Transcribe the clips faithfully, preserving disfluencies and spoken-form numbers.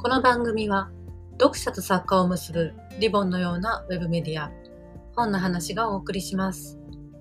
この番組は読者と作家を結ぶリボンのようなウェブメディア、本の話がお送りします。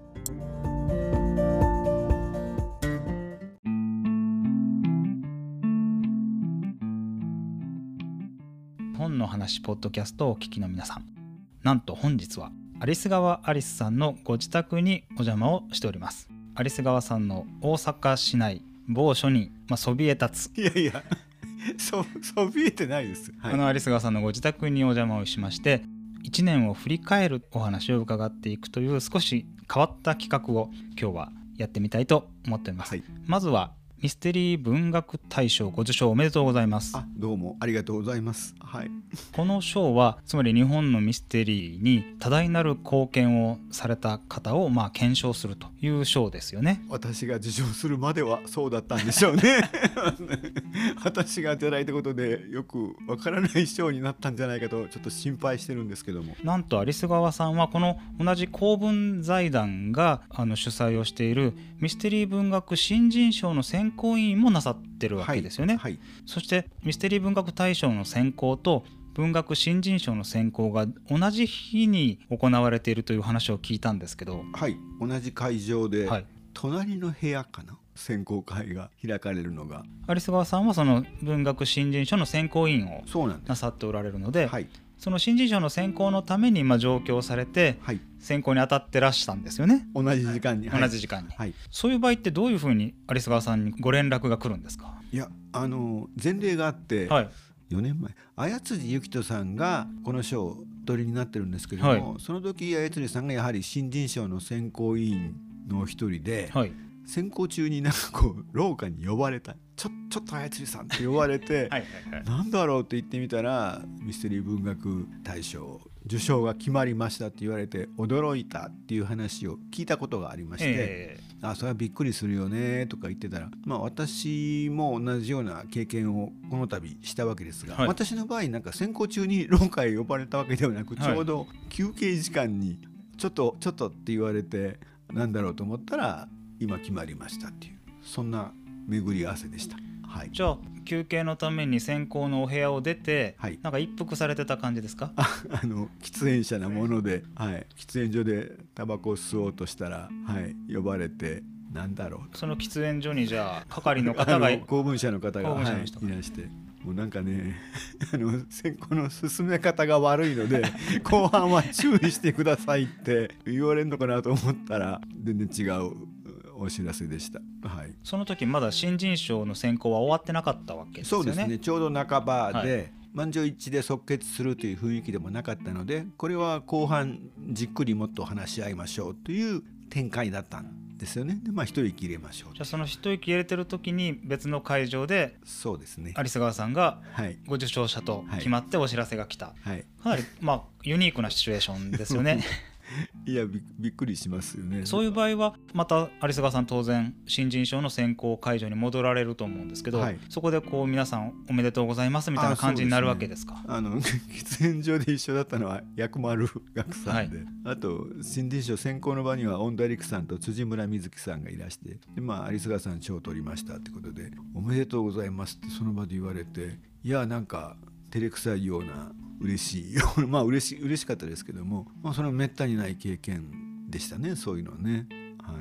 本の話ポッドキャストをお聞きの皆さん、なんと本日は有栖川アリスさんのご自宅にお邪魔をしております。有栖川さんの大阪市内某所に、まあ、そびえ立ついやいやそ, そびえてないです、はい、 あの有栖川さんのご自宅にお邪魔をしまして、いちねんを振り返るお話を伺っていくという少し変わった企画を今日はやってみたいと思っています、はい、まずはミステリー文学大賞ご受賞おめでとうございます。 あ、どうもありがとうございます、はい、 この賞はつまり日本のミステリーに多大なる貢献をされた方をまあ顕彰するという賞ですよね。 私が受賞するまではそうだったんでしょうね私がいただいたことでよくわからない賞になったんじゃないかとちょっと心配してるんですけども、 なんと有栖川さんはこの同じ公文財団があの主催をしているミステリー文学新人賞の選考委員もなさってるわけですよね、はいはい、そしてミステリー文学大賞の選考と文学新人賞の選考が同じ日に行われているという話を聞いたんですけど、 はい、同じ会場で、はい、隣の部屋かな、選考会が開かれるのが、 有栖川さんはその文学新人賞の選考委員をなさっておられるので、はい、その新人賞の選考のためにまあ上京されて、はい、選考に当たってらっしゃったんですよね。 同じ時間に、 はい、同じ時間に、はい、そういう場合ってどういうふうに有栖川さんにご連絡が来るんですか？ いや、あの前例があって、はい、よねんまえ綾辻ゆきとさんがこの賞を取りになってるんですけれども、はい、その時綾辻さんがやはり新人賞の選考委員の一人で、はい、選考中になんかこう廊下に呼ばれた、ちょ, ちょっと綾辻さんって呼ばれてはいはい、はい、なんだろうって言ってみたらミステリー文学大賞受賞が決まりましたって言われて驚いたっていう話を聞いたことがありまして、えー、あ、それはびっくりするよねとか言ってたら、まあ、私も同じような経験をこの度したわけですが、はい、私の場合なんか選考中に廊下へ呼ばれたわけではなく、ちょうど休憩時間にちょっとちょっとって言われて、なんだろうと思ったら今決まりましたっていう、そんな巡り合わせでした、はい、 じゃあ休憩のために選考のお部屋を出て、はい、なんか一服されてた感じですか？ ああの喫煙者なもので、はい、喫煙所でタバコを吸おうとしたら、はい、呼ばれて、なんだろうと、 その喫煙所にじゃあ係の方が公文社の方が、はい、いらして、もうなんかねあの選考の進め方が悪いので後半は注意してくださいって言われるのかなと思ったら全然違うお知らせでした、はい、 その時まだ新人賞の選考は終わってなかったわけですよね。 そうですね、ちょうど半ばで、はい、満場一致で即決するという雰囲気でもなかったので、これは後半じっくりもっと話し合いましょうという展開だったんですよね。で、まあ一息入れましょう。 じゃあその一息入れてる時に別の会場で、 そうですね、 有栖川さんがご受賞者と決まってお知らせが来た、はいはい、かなりまあユニークなシチュエーションですよねいや び, びっくりしますよね。 そういう場合はまた有栖川さん当然新人賞の選考会場に戻られると思うんですけど、はい、そこでこう皆さんおめでとうございますみたいな感じになるわけですか？ あ、そうですね、あの喫煙所で一緒だったのは薬丸岳さんで、はい、あと新人賞選考の場には恩田陸さんと辻村瑞希さんがいらして、で、まあ、有栖川さん賞を取りましたってことでおめでとうございますってその場で言われて、いやなんか照れくさいような嬉しいまあ嬉し嬉しかったですけども、まあ、それはめったにない経験でしたね、そういうのはね、はい、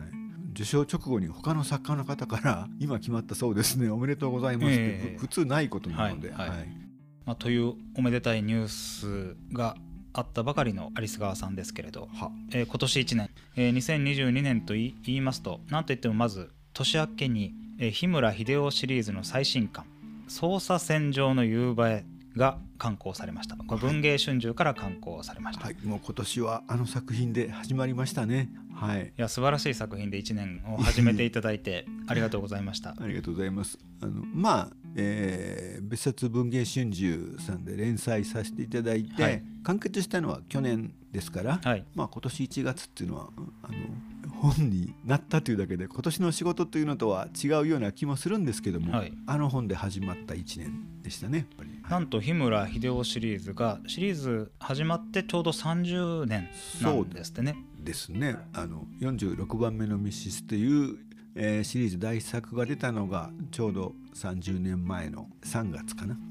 受賞直後に他の作家の方から今決まったそうですね、おめでとうございますって、えー、普通ないことなので、はいはい、 まあ、というおめでたいニュースがあったばかりの有栖川さんですけれど、えー、今年いちねん、えー、にせんにじゅうにねんと言い、言いますとなんといってもまず年明けに、えー、日村秀夫シリーズの最新刊捜査線上の夕映えが刊行されました。これ文藝春秋から刊行されました、 はいはい、もう今年はあの作品で始まりましたね、はい、 いや素晴らしい作品でいちねんを始めていただいてありがとうございましたありがとうございます。あのまあ、えー、別冊文芸春秋さんで連載させていただいて、はい、完結したのは去年ですから、はい、まあ、今年いちがつっていうのはあの本になったというだけで今年の仕事というのとは違うような気もするんですけども、はい、あの本で始まったいちねんでしたね、やっぱり。 なんと日村秀夫シリーズがシリーズ始まってちょうどさんじゅうねんなんですってね。 そうですね、あのよんじゅうろくばんめの密室という、えー、シリーズ大作が出たのがちょうどさんじゅうねんまえのさんがつかな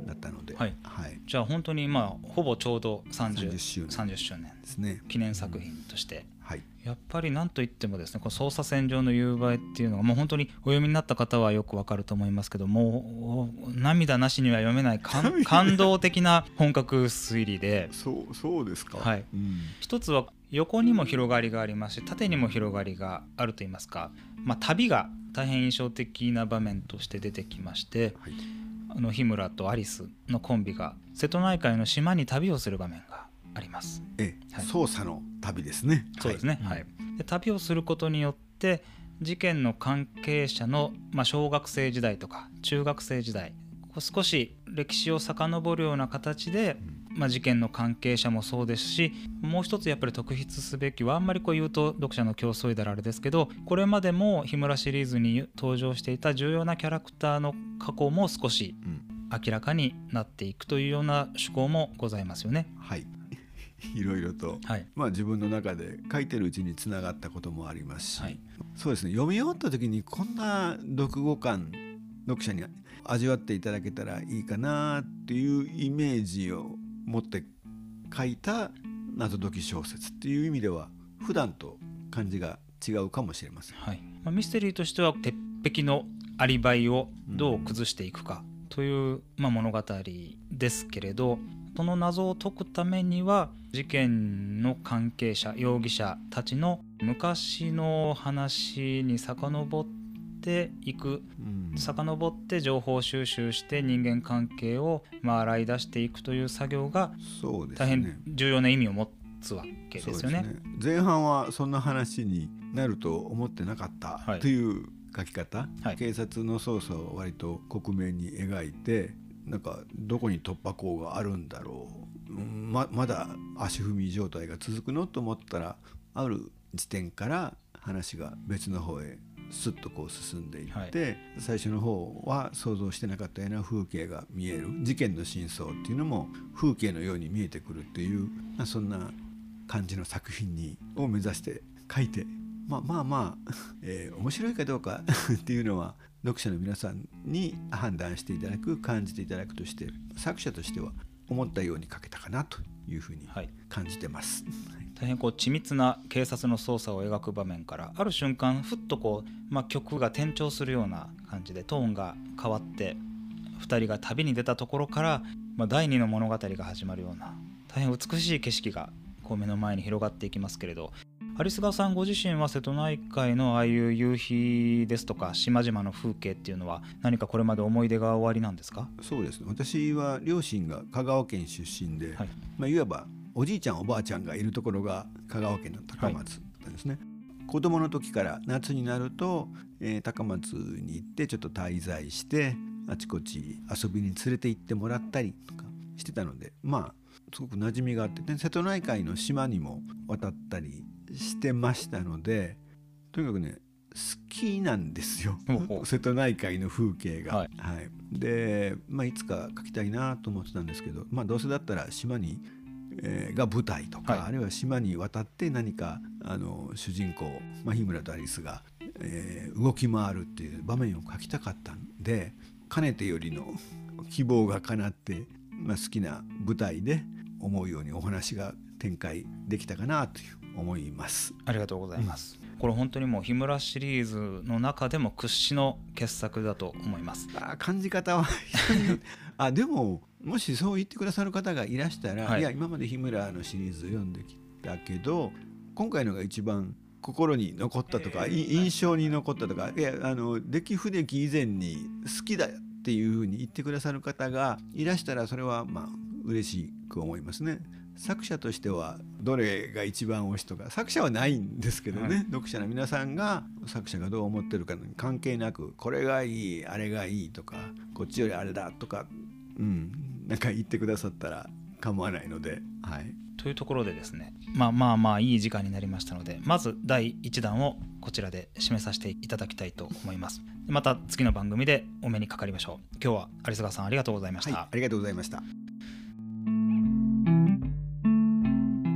だったので、 はいはい、 じゃあ本当にまあほぼちょうどさんじゅう周年さんじゅっしゅうねんですね、 記念作品として、 うんはい、 やっぱり何といってもですね、この捜査線上の夕映えっていうのがもう本当にお読みになった方はよくわかると思いますけども、涙なしには読めない感, 感動的な本格推理でそうそうですか、 はい、 うん、 一つは横にも広がりがありますし縦にも広がりがあるといいますか、まあ、旅が大変印象的な場面として出てきまして、はい、あの日村とアリスのコンビが瀬戸内海の島に旅をする場面があります。 ええ、はい、捜査の旅ですね。 そうですね、はい、で旅をすることによって事件の関係者の、まあ、小学生時代とか中学生時代少し歴史を遡るような形で、まあ、事件の関係者もそうですし、もう一つやっぱり特筆すべきはあんまりこう言うと読者の競争意だらあれですけど、これまでも日村シリーズに登場していた重要なキャラクターの過去も少し明らかになっていくというような趣向もございますよね。 はいいろいろと、はい、まあ、自分の中で書いてるうちにつながったこともありますし、はい、そうですね、読み終わった時にこんな読後感読者に味わっていただけたらいいかなっていうイメージを持って書いた謎解き小説っていう意味では普段と感じが違うかもしれません、はい、 まあ、ミステリーとしては鉄壁のアリバイをどう崩していくかという、うん、まあ、物語ですけれど、その謎を解くためには事件の関係者容疑者たちの昔の話に遡っていく、うん、遡って情報収集して人間関係をまあ洗い出していくという作業が大変重要な意味を持つわけですよね。 そうですね。前半はそんな話になると思ってなかったという書き方、はい、警察の捜査を割と克明に描いて、なんかどこに突破口があるんだろう、うん、ま, まだ足踏み状態が続くのと思ったら、ある時点から話が別の方へスッとこう進んでいって、はい、最初の方は想像してなかったような風景が見える、事件の真相っていうのも風景のように見えてくるっていう、まあ、そんな感じの作品にを目指して書いて、まあまあまあ、えー、面白いかどうかっていうのは読者の皆さんに判断していただく、感じていただくとして、作者としては思ったように書けたかなというふうに感じてます、 はい、大変こう緻密な警察の捜査を描く場面からある瞬間ふっとこう、まあ、曲が転調するような感じでトーンが変わってふたりが旅に出たところから、まあ、だいにの物語が始まるような大変美しい景色がこう目の前に広がっていきますけれど、有栖川さんご自身は瀬戸内海のああいう夕日ですとか島々の風景っていうのは何かこれまで思い出がおありなんですか？ そうですね、私は両親が香川県出身で、はい、まあ、いわばおじいちゃんおばあちゃんがいるところが香川県の高松だったんですね、はい、子供の時から夏になると、えー、高松に行ってちょっと滞在してあちこち遊びに連れて行ってもらったりとかしてたので、まあすごく馴染みがあって、ね、瀬戸内海の島にも渡ったりしてましたので、とにかくね好きなんですよ瀬戸内海の風景が、はいはい、で、まあ、いつか描きたいなと思ってたんですけど、まあ、どうせだったら島に、えー、が舞台とか、はい、あるいは島に渡って何かあの主人公、まあ、日村とアリスが、えー、動き回るっていう場面を描きたかったんで、かねてよりの希望が叶って、まあ、好きな舞台で思うようにお話が展開できたかなという思います。 ありがとうございます、うん、これ本当にもう日村シリーズの中でも屈指の傑作だと思います。 あ、感じ方はあでももしそう言ってくださる方がいらしたら、はい、いや今まで日村のシリーズ読んできたけど今回のが一番心に残ったとか、えー、印象に残ったとか、いやあの出来不出来以前に好きだっていうふうに言ってくださる方がいらしたらそれはまあ嬉しく思いますね。作者としてはどれが一番推しとか作者はないんですけどね、はい、読者の皆さんが作者がどう思ってるかに関係なくこれがいいあれがいいとかこっちよりあれだとか、うん、なんか言ってくださったら構わないので、はい、 というところでですね、まあまあまあいい時間になりましたので、まずだいいちだんをこちらで締めさせていただきたいと思います。また次の番組でお目にかかりましょう。今日は有栖川さんありがとうございました。 はい、ありがとうございました。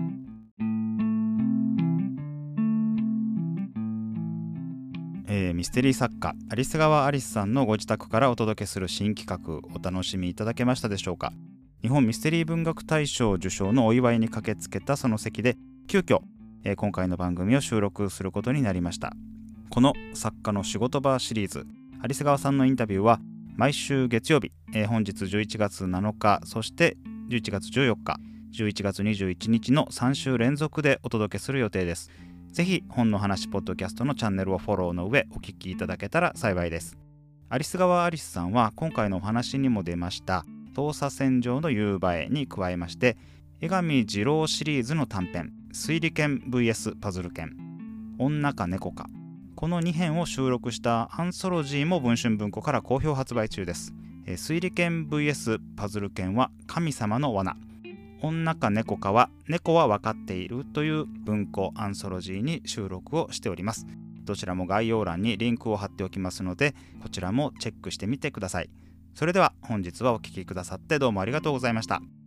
ミステリー作家有栖川アリスさんのご自宅からお届けする新企画、お楽しみいただけましたでしょうか。日本ミステリー文学大賞受賞のお祝いに駆けつけたその席で急遽、えー、今回の番組を収録することになりました。この作家の仕事場シリーズ、有栖川さんのインタビューは毎週月曜日、えー、本日じゅういちがつなのか、そしてじゅういちがつじゅうよっか、じゅういちがつにじゅういちにちのさんしゅう連続でお届けする予定です。ぜひ本の話ポッドキャストのチャンネルをフォローの上お聞きいただけたら幸いです。有栖川アリスさんは今回のお話にも出ました捜査線上の夕映えに加えまして、江上二郎シリーズの短編推理犬 ブイエス パズル犬、女か猫か、このにへんを収録したアンソロジーも文春文庫から好評発売中です。えー、推理犬 ブイエス パズル犬は神様の罠、女か猫かは猫は分かっているという文庫アンソロジーに収録をしております。どちらも概要欄にリンクを貼っておきますので、こちらもチェックしてみてください。それでは本日はお聞きくださってどうもありがとうございました。